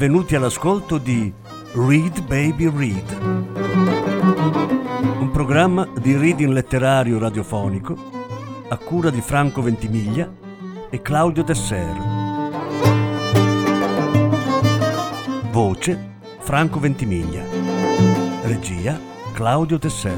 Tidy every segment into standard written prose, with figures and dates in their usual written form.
benvenuti all'ascolto di Read Baby Read, un programma di reading letterario radiofonico a cura di Franco Ventimiglia e Claudio Desser. Voce Franco Ventimiglia. Regia Claudio Desser.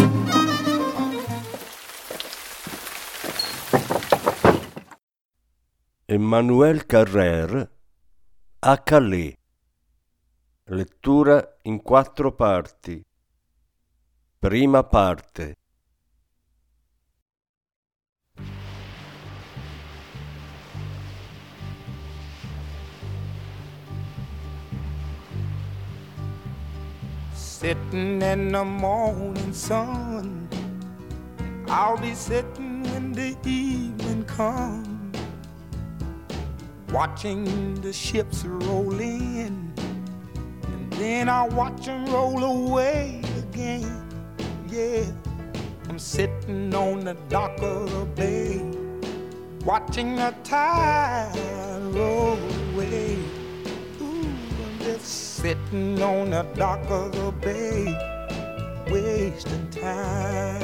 Emmanuel Carrère a Calais. Lettura in 4 parti. Prima parte. Sitting in the morning sun, I'll be sitting when the evening comes, watching the ships roll in, and then I watch them roll away again. Yeah, I'm sitting on the dock of the bay, watching the tide roll away. Ooh, I'm just sitting on the dock of the bay, wasting time.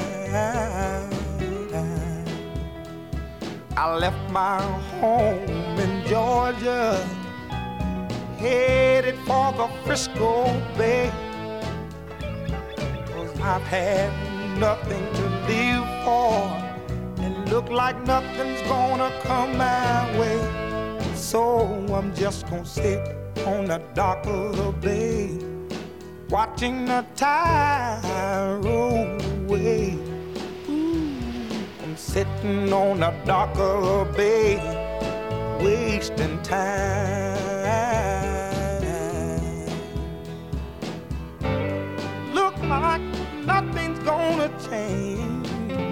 I left my home in Georgia, headed for the Frisco Bay, 'cause I've had nothing to live for, and look like nothing's gonna come my way. So I'm just gonna sit on the dock of the bay, watching the tide roll away. I'm sitting on the dock of the bay, wasting time. Look like nothing's gonna change,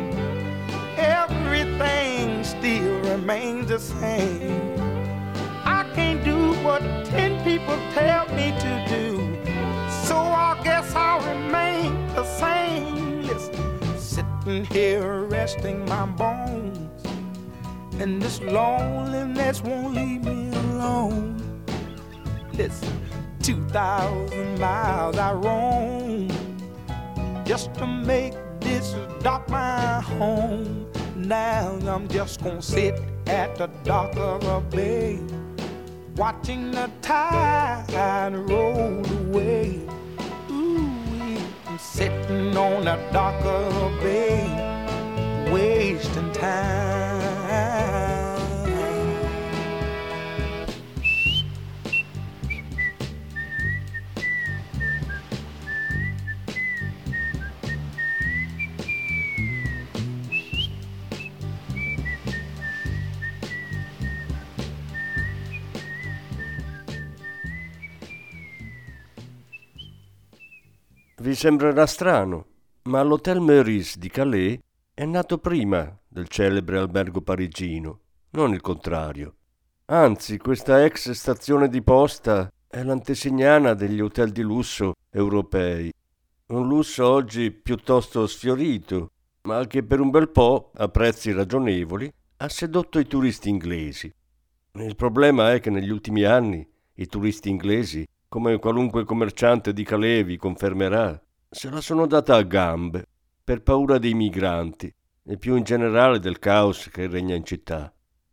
everything still remains the same. I can't do what 10 people tell me to do, so I guess I'll remain the same. Listen, sitting here resting my bones, and this loneliness won't leave me alone. Listen, 2,000 miles I roam just to make this dock my home. Now I'm just gonna sit at the dock of the bay, watching the tide roll away. Ooh, I'm sitting on the dock of the bay, wasting time. Vi sembrerà strano, ma l'Hotel Meurice di Calais è nato prima del celebre albergo parigino, non il contrario. Anzi, questa ex stazione di posta è l'antesignana degli hotel di lusso europei. Un lusso oggi piuttosto sfiorito, ma che per un bel po', a prezzi ragionevoli, ha sedotto i turisti inglesi. Il problema è che negli ultimi anni i turisti inglesi, come qualunque commerciante di Calais vi confermerà, se la sono data a gambe per paura dei migranti e più in generale del caos che regna in città.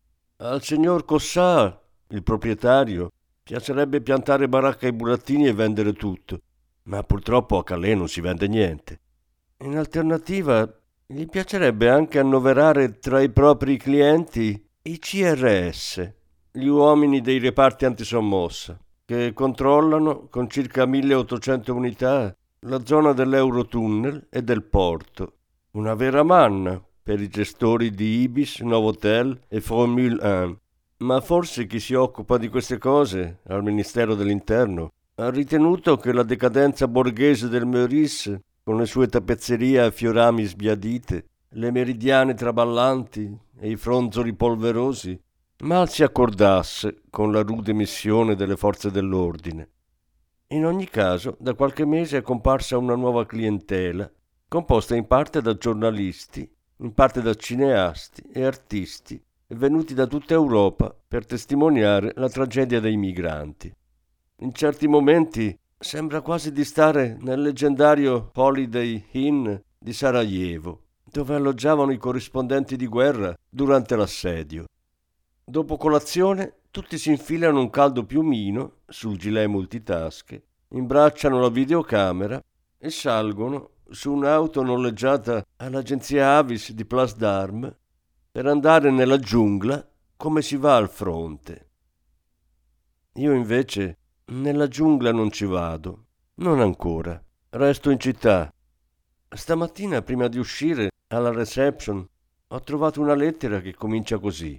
Al signor Cossà, il proprietario, piacerebbe piantare baracca ai burattini e vendere tutto, ma purtroppo a Calais non si vende niente. In alternativa, gli piacerebbe anche annoverare tra i propri clienti i CRS, gli uomini dei reparti antisommossa, che controllano con circa 1800 unità la zona dell'Eurotunnel e del porto. Una vera manna per i gestori di Ibis, Novotel e Formule 1. Ma forse chi si occupa di queste cose al Ministero dell'Interno ha ritenuto che la decadenza borghese del Meurice, con le sue tappezzerie a fiorami sbiadite, le meridiane traballanti e i fronzoli polverosi, mal si accordasse con la rude missione delle forze dell'ordine. In ogni caso, da qualche mese è comparsa una nuova clientela, composta in parte da giornalisti, in parte da cineasti e artisti venuti da tutta Europa per testimoniare la tragedia dei migranti. In certi momenti sembra quasi di stare nel leggendario Holiday Inn di Sarajevo, dove alloggiavano i corrispondenti di guerra durante l'assedio. Dopo colazione tutti si infilano un caldo piumino sul gilet multitasche, imbracciano la videocamera e salgono su un'auto noleggiata all'agenzia Avis di Place d'Armes per andare nella giungla come si va al fronte. Io invece nella giungla non ci vado, non ancora, resto in città. Stamattina, prima di uscire alla reception, ho trovato una lettera che comincia così.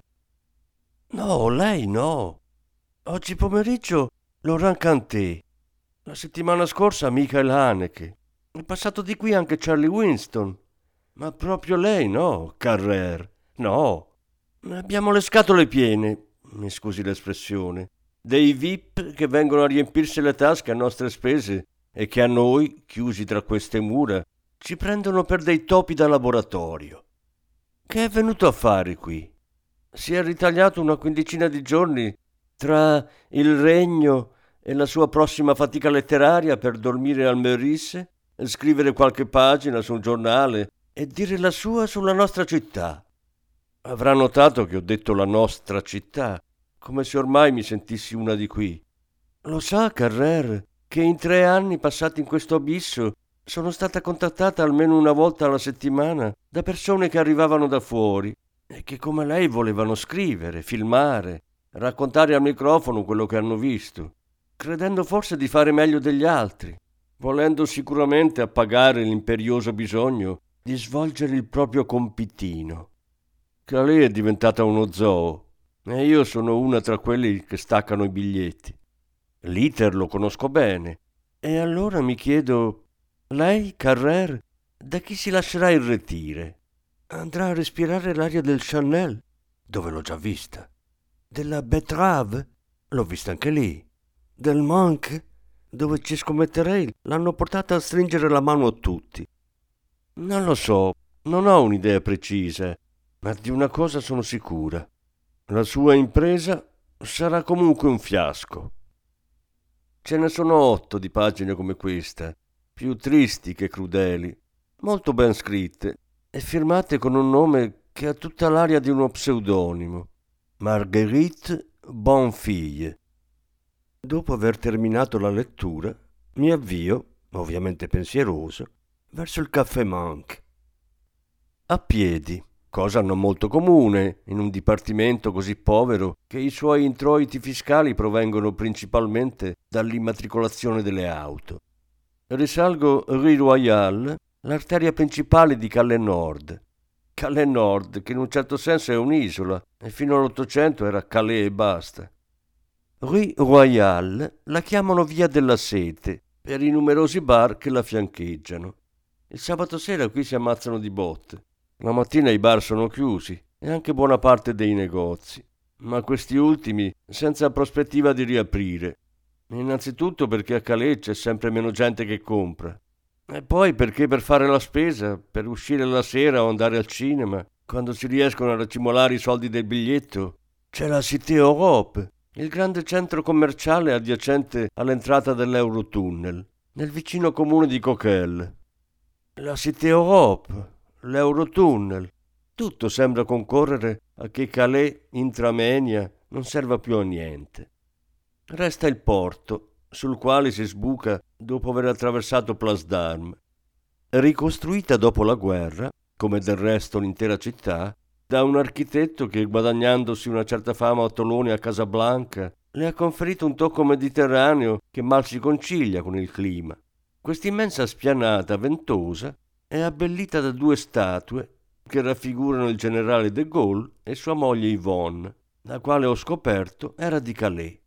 No, lei no. Oggi pomeriggio Laurent Canté. La settimana scorsa Michael Haneke. È passato di qui anche Charlie Winston. Ma proprio lei no, Carrère. No. Abbiamo le scatole piene, mi scusi l'espressione, dei VIP che vengono a riempirsi le tasche a nostre spese e che a noi, chiusi tra queste mura, ci prendono per dei topi da laboratorio. Che è venuto a fare qui? Si è ritagliato una quindicina di giorni tra il regno e la sua prossima fatica letteraria per dormire al Meurice, scrivere qualche pagina su un giornale e dire la sua sulla nostra città. Avrà notato che ho detto la nostra città, come se ormai mi sentissi una di qui. Lo sa, Carrère, che in 3 anni passati in questo abisso sono stata contattata almeno una volta alla settimana da persone che arrivavano da fuori e che come lei volevano scrivere, filmare, raccontare al microfono quello che hanno visto, credendo forse di fare meglio degli altri, volendo sicuramente appagare l'imperioso bisogno di svolgere il proprio compitino. Calais è diventata uno zoo e io sono una tra quelli che staccano i biglietti. L'iter lo conosco bene e allora mi chiedo, lei, Carrère, da chi si lascerà irretire? Andrà a respirare l'aria del Chanel, dove l'ho già vista. Della Betrave, l'ho vista anche lì. Del Monk, dove ci scommetterei l'hanno portata a stringere la mano a tutti. Non lo so, non ho un'idea precisa, ma di una cosa sono sicura. La sua impresa sarà comunque un fiasco. Ce ne sono 8 di pagine come questa, più tristi che crudeli, molto ben scritte e firmate con un nome che ha tutta l'aria di uno pseudonimo, Marguerite Bonfille. Dopo aver terminato la lettura, mi avvio, ovviamente pensieroso, verso il Café Monk. A piedi, cosa non molto comune in un dipartimento così povero che i suoi introiti fiscali provengono principalmente dall'immatricolazione delle auto. Risalgo Rue Royale, l'arteria principale di Calais Nord. Calais Nord, che in un certo senso è un'isola, e fino all'800 era Calais e basta. Rue Royale la chiamano Via della Sete, per i numerosi bar che la fiancheggiano. Il sabato sera qui si ammazzano di botte. La mattina i bar sono chiusi e anche buona parte dei negozi, ma questi ultimi senza prospettiva di riaprire. Innanzitutto perché a Calais c'è sempre meno gente che compra. E poi perché per fare la spesa, per uscire la sera o andare al cinema, quando si riescono a racimolare i soldi del biglietto, c'è la Cité Europe, il grande centro commerciale adiacente all'entrata dell'Eurotunnel, nel vicino comune di Coquelles. La Cité Europe, l'Eurotunnel, tutto sembra concorrere a che Calais intramenia non serva più a niente. Resta il porto, sul quale si sbuca dopo aver attraversato Place d'Armes. Ricostruita dopo la guerra, come del resto l'intera città, da un architetto che, guadagnandosi una certa fama a Tolone e a Casablanca, le ha conferito un tocco mediterraneo che mal si concilia con il clima. Quest'immensa spianata ventosa è abbellita da 2 statue che raffigurano il generale de Gaulle e sua moglie Yvonne, la quale ho scoperto era di Calais.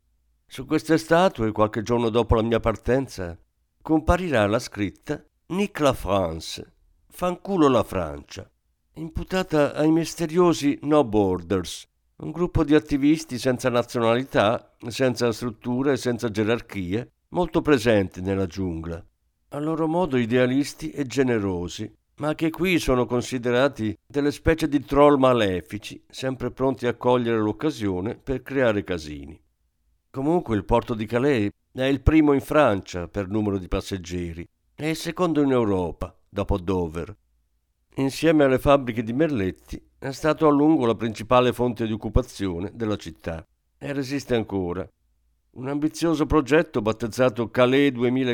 Su queste statue, qualche giorno dopo la mia partenza, comparirà la scritta Nique la France, fanculo la Francia, imputata ai misteriosi No Borders, un gruppo di attivisti senza nazionalità, senza strutture e senza gerarchie, molto presenti nella giungla, a loro modo idealisti e generosi, ma che qui sono considerati delle specie di troll malefici, sempre pronti a cogliere l'occasione per creare casini. Comunque il porto di Calais è il primo in Francia per numero di passeggeri e il secondo in Europa, dopo Dover. Insieme alle fabbriche di merletti è stato a lungo la principale fonte di occupazione della città e resiste ancora. Un ambizioso progetto battezzato Calais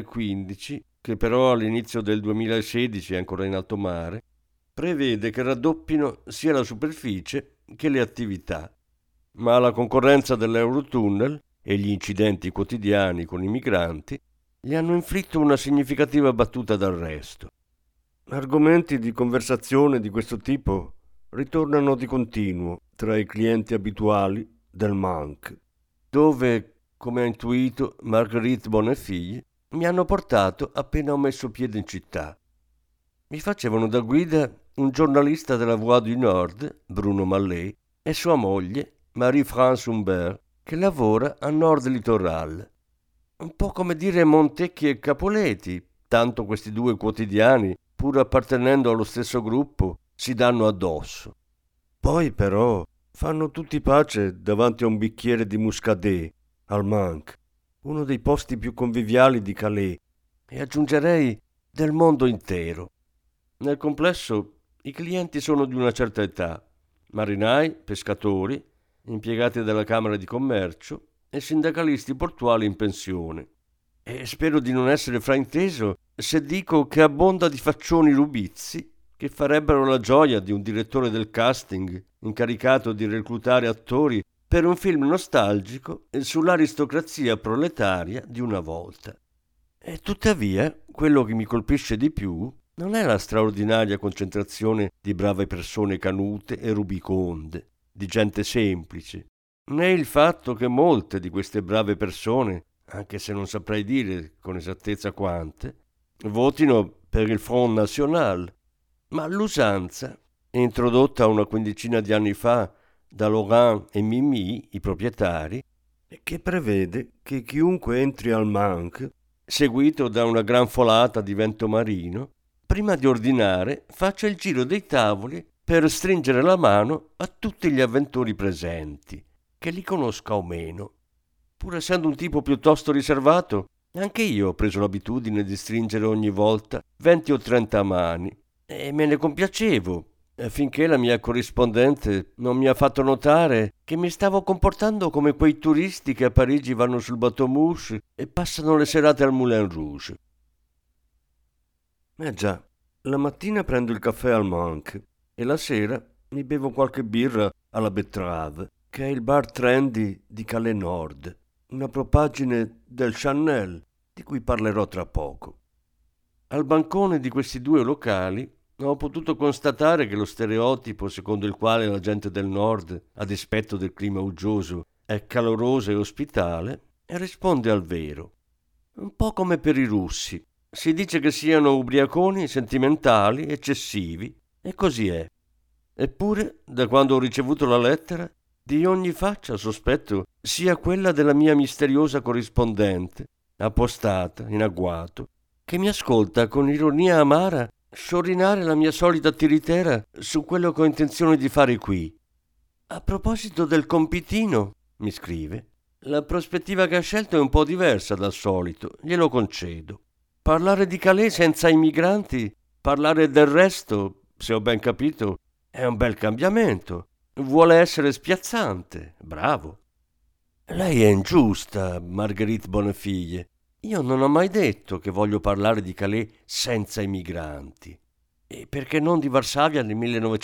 2015, che però all'inizio del 2016 è ancora in alto mare, prevede che raddoppino sia la superficie che le attività. Ma la concorrenza dell'Eurotunnel e gli incidenti quotidiani con i migranti gli hanno inflitto una significativa battuta d'arresto. Argomenti di conversazione di questo tipo ritornano di continuo tra i clienti abituali del Manc, dove, come ha intuito Marguerite Bonnefille, mi hanno portato appena ho messo piede in città. Mi facevano da guida un giornalista della Voix du Nord, Bruno Mallet, e sua moglie, Marie-France Humbert, che lavora a Nord Littoral. Un po' come dire Montecchi e Capoleti, tanto questi due quotidiani, pur appartenendo allo stesso gruppo, si danno addosso. Poi però fanno tutti pace davanti a un bicchiere di Muscadet, al Manc, uno dei posti più conviviali di Calais, e aggiungerei del mondo intero. Nel complesso i clienti sono di una certa età, marinai, pescatori, impiegati della Camera di Commercio e sindacalisti portuali in pensione. E spero di non essere frainteso se dico che abbonda di faccioni rubizzi che farebbero la gioia di un direttore del casting incaricato di reclutare attori per un film nostalgico sull'aristocrazia proletaria di una volta. E tuttavia, quello che mi colpisce di più non è la straordinaria concentrazione di brave persone canute e rubiconde, di gente semplice, né il fatto che molte di queste brave persone, anche se non saprei dire con esattezza quante, votino per il Front National, ma l'usanza, introdotta una quindicina di anni fa da Laurent e Mimi, i proprietari, che prevede che chiunque entri al Manc, seguito da una gran folata di vento marino, prima di ordinare faccia il giro dei tavoli per stringere la mano a tutti gli avventori presenti, che li conosca o meno. Pur essendo un tipo piuttosto riservato, anche io ho preso l'abitudine di stringere ogni volta 20 o 30 mani e me ne compiacevo, finché la mia corrispondente non mi ha fatto notare che mi stavo comportando come quei turisti che a Parigi vanno sul bateau mouche e passano le serate al Moulin Rouge. Già, la mattina prendo il caffè al Manc e la sera mi bevo qualche birra alla Betrave, che è il bar trendy di Calais Nord, una propaggine del Chanel di cui parlerò tra poco. Al bancone di questi due locali ho potuto constatare che lo stereotipo secondo il quale la gente del Nord, a dispetto del clima uggioso, è calorosa e ospitale, risponde al vero. Un po' come per i russi. Si dice che siano ubriaconi, sentimentali, eccessivi, e così è. Eppure, da quando ho ricevuto la lettera, di ogni faccia sospetto sia quella della mia misteriosa corrispondente, appostata, in agguato, che mi ascolta con ironia amara sciorinare la mia solita tiritera su quello che ho intenzione di fare qui. A proposito del compitino, mi scrive, la prospettiva che ha scelto è un po' diversa dal solito, glielo concedo. Parlare di Calais senza i migranti, parlare del resto, se ho ben capito, è un bel cambiamento. Vuole essere spiazzante, bravo. Lei è ingiusta, Marguerite Bonnefille. Io non ho mai detto che voglio parlare di Calais senza i migranti. E perché non di Varsavia nel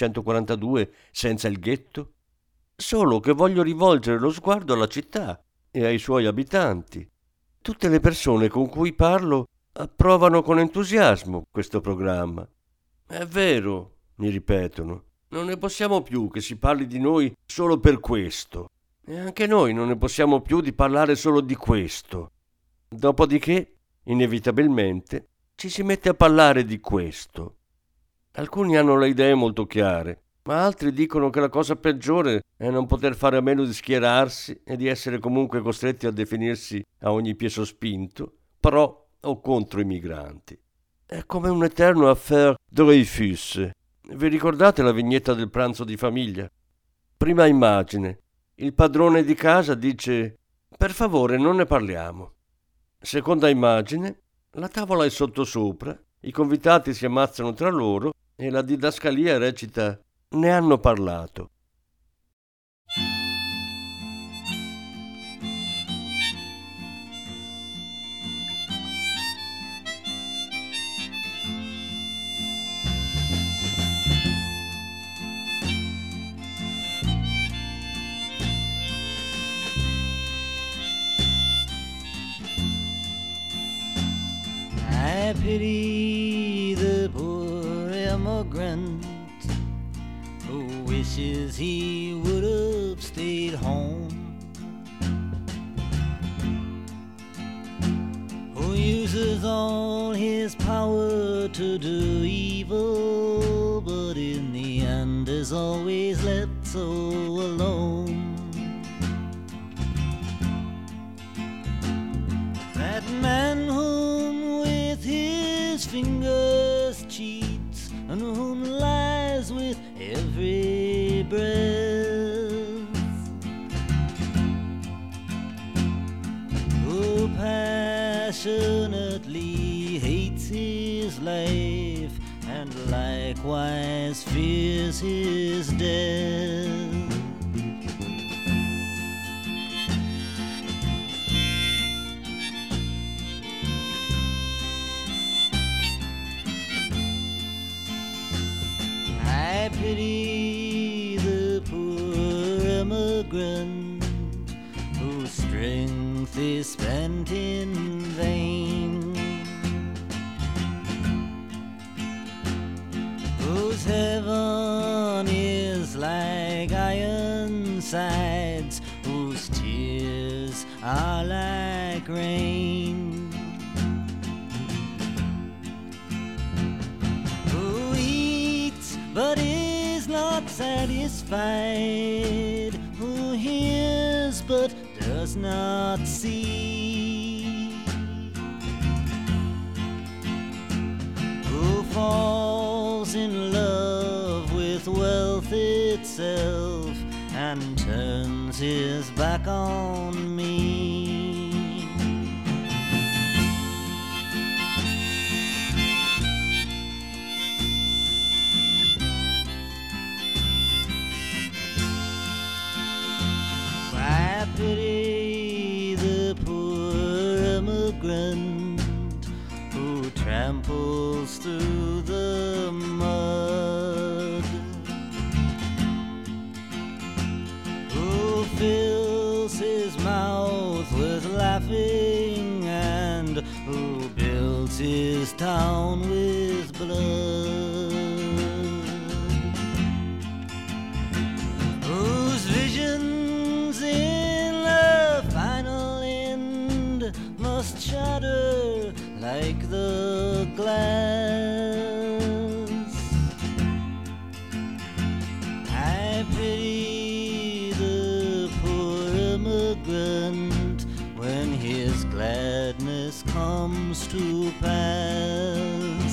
1942 senza il ghetto? Solo che voglio rivolgere lo sguardo alla città e ai suoi abitanti. Tutte le persone con cui parlo approvano con entusiasmo questo programma. È vero, mi ripetono, non ne possiamo più che si parli di noi solo per questo. E anche noi non ne possiamo più di parlare solo di questo. Dopodiché, inevitabilmente, ci si mette a parlare di questo. Alcuni hanno le idee molto chiare, ma altri dicono che la cosa peggiore è non poter fare a meno di schierarsi e di essere comunque costretti a definirsi a ogni piè sospinto pro o contro i migranti. È come un eterno affaire Dreyfus. Vi ricordate la vignetta del pranzo di famiglia? Prima immagine. Il padrone di casa dice: Per favore, non ne parliamo. Seconda immagine, la tavola è sottosopra, i convitati si ammazzano tra loro e la didascalia recita «Ne hanno parlato». I pity the poor immigrant who wishes he would have stayed home, who uses all his power to do evil, but in the end is always left so alone. That man whom with his fingers cheats, and whom lies with every breath, who passionately hates his life, and likewise fears his death. I pity the poor immigrant whose strength is spent in vain, whose heaven is like iron sides, whose tears are like rain, who eats but is not satisfied, who hears but does not see, who falls in love with wealth itself and turns his back on me. I pity the poor immigrant who tramples through the mud, who fills his mouth with laughing, and who builds his town with blood, whose visions in the final end must shatter like the glass. I pity the poor immigrant when his gladness comes to pass.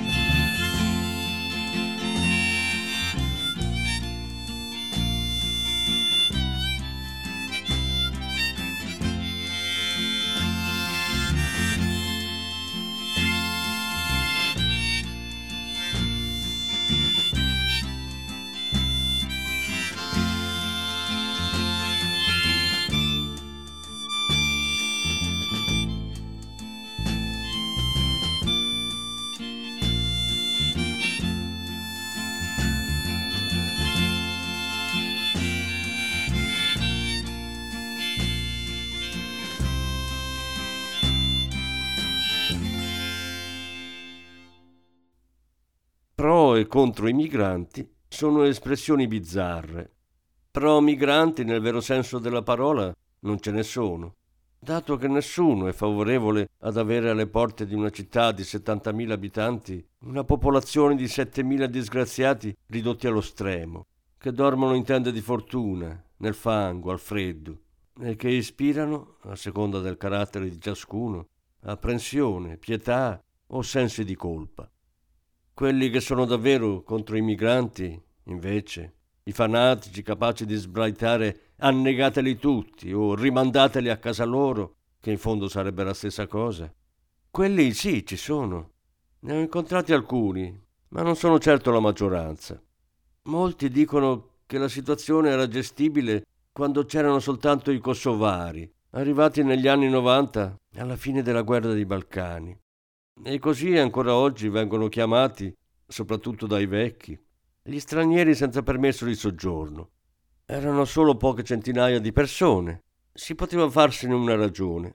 Pro e contro i migranti sono espressioni bizzarre. Pro migranti nel vero senso della parola non ce ne sono, dato che nessuno è favorevole ad avere alle porte di una città di 70.000 abitanti una popolazione di 7.000 disgraziati ridotti allo stremo, che dormono in tende di fortuna, nel fango, al freddo, e che ispirano, a seconda del carattere di ciascuno, apprensione, pietà o sensi di colpa. Quelli che sono davvero contro i migranti, invece, i fanatici capaci di sbraitare annegateli tutti o rimandateli a casa loro, che in fondo sarebbe la stessa cosa. Quelli sì, ci sono. Ne ho incontrati alcuni, ma non sono certo la maggioranza. Molti dicono che la situazione era gestibile quando c'erano soltanto i kosovari, arrivati negli anni 90 alla fine della guerra dei Balcani. E così ancora oggi vengono chiamati, soprattutto dai vecchi, gli stranieri senza permesso di soggiorno. Erano solo poche centinaia di persone, si poteva farsene una ragione.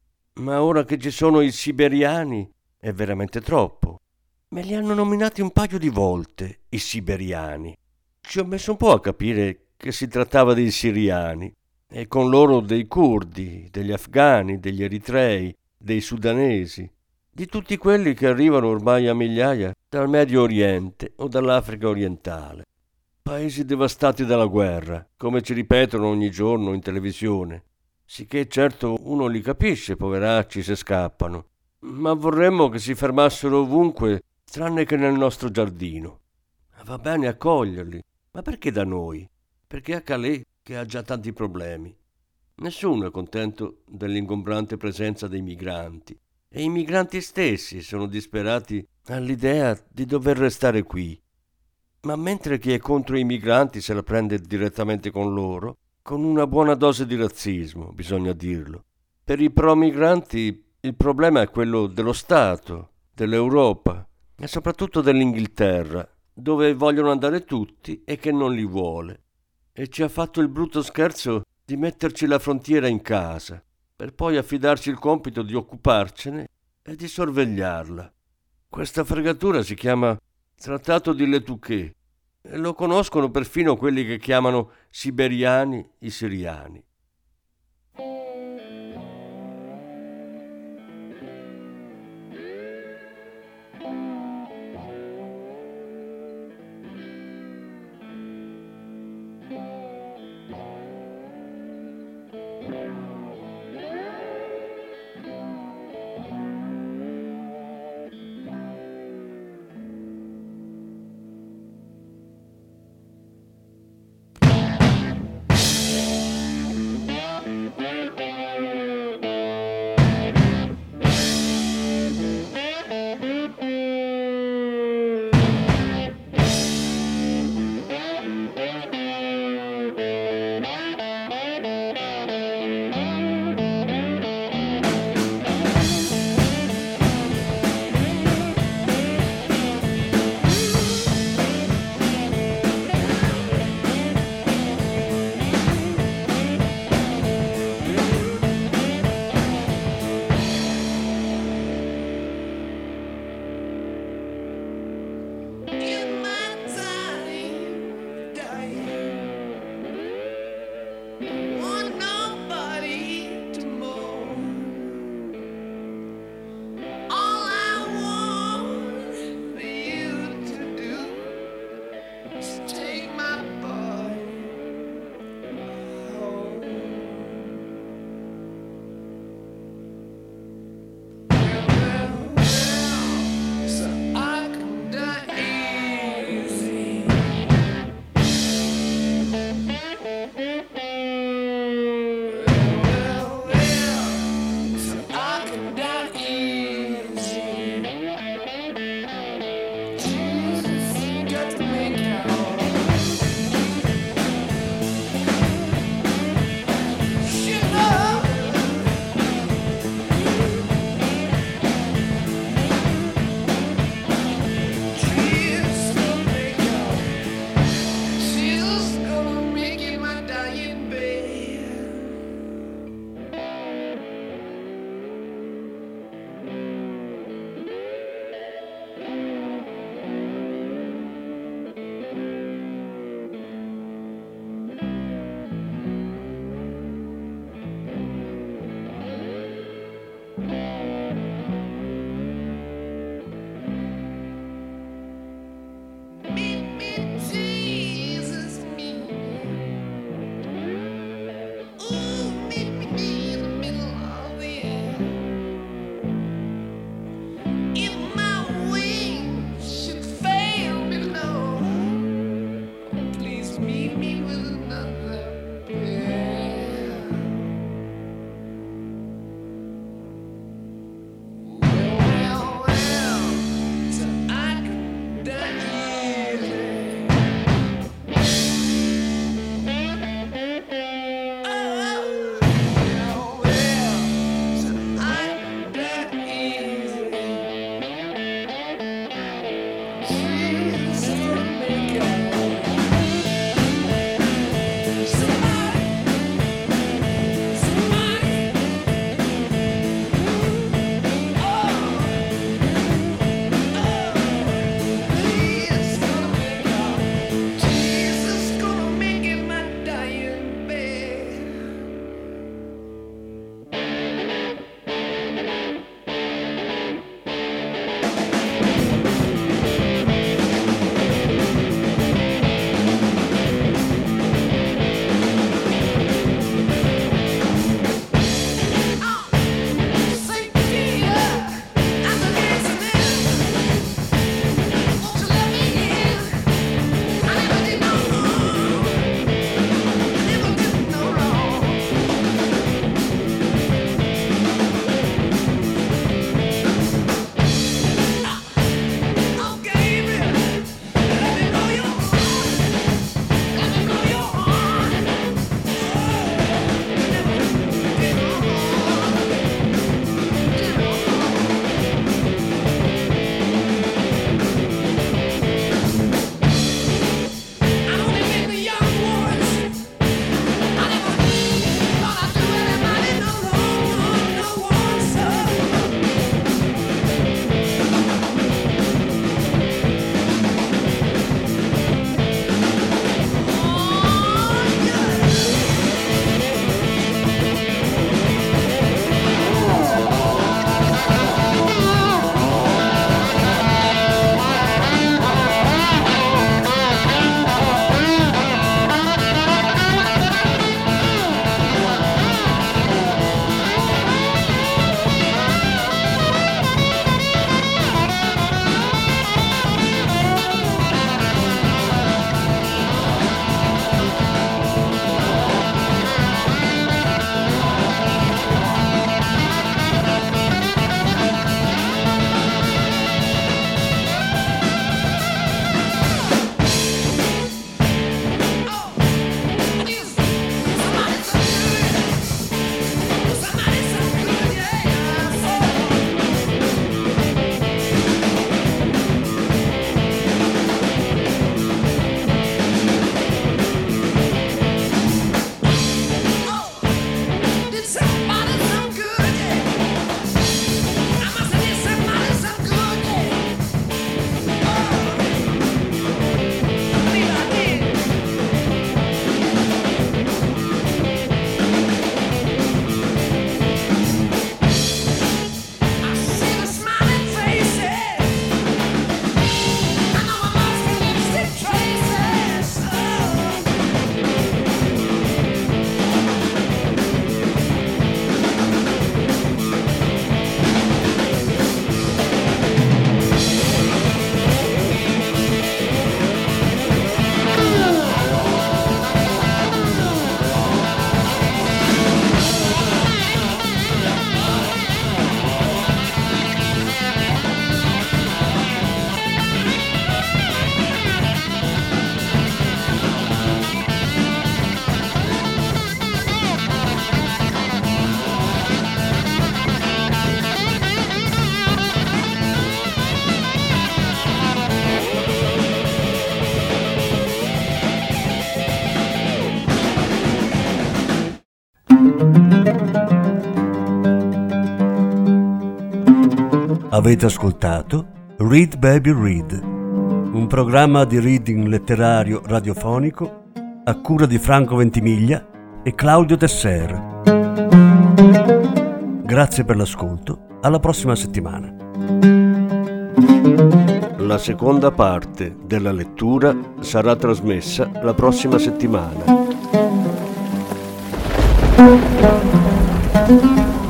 Ma ora che ci sono i siberiani è veramente troppo. Me li hanno nominati un paio di volte, i siberiani. Ci ho messo un po' a capire che si trattava dei siriani, e con loro dei curdi, degli afghani, degli eritrei, dei sudanesi, di tutti quelli che arrivano ormai a migliaia dal Medio Oriente o dall'Africa orientale. Paesi devastati dalla guerra, come ci ripetono ogni giorno in televisione. Sicché certo uno li capisce, poveracci, se scappano, ma vorremmo che si fermassero ovunque, tranne che nel nostro giardino. Va bene accoglierli, ma perché da noi? Perché a Calais, che ha già tanti problemi. Nessuno è contento dell'ingombrante presenza dei migranti, e i migranti stessi sono disperati all'idea di dover restare qui. Ma mentre chi è contro i migranti se la prende direttamente con loro, con una buona dose di razzismo, bisogna dirlo. Per i pro-migranti il problema è quello dello Stato, dell'Europa e soprattutto dell'Inghilterra, dove vogliono andare tutti e che non li vuole. E ci ha fatto il brutto scherzo di metterci la frontiera in casa, per poi affidarci il compito di occuparcene e di sorvegliarla. Questa fregatura si chiama Trattato di Le Touquet e lo conoscono perfino quelli che chiamano siberiani i siriani. Avete ascoltato Read Baby Read, un programma di reading letterario radiofonico a cura di Franco Ventimiglia e Claudio Tesser. Grazie per l'ascolto, alla prossima settimana. La seconda parte della lettura sarà trasmessa la prossima settimana.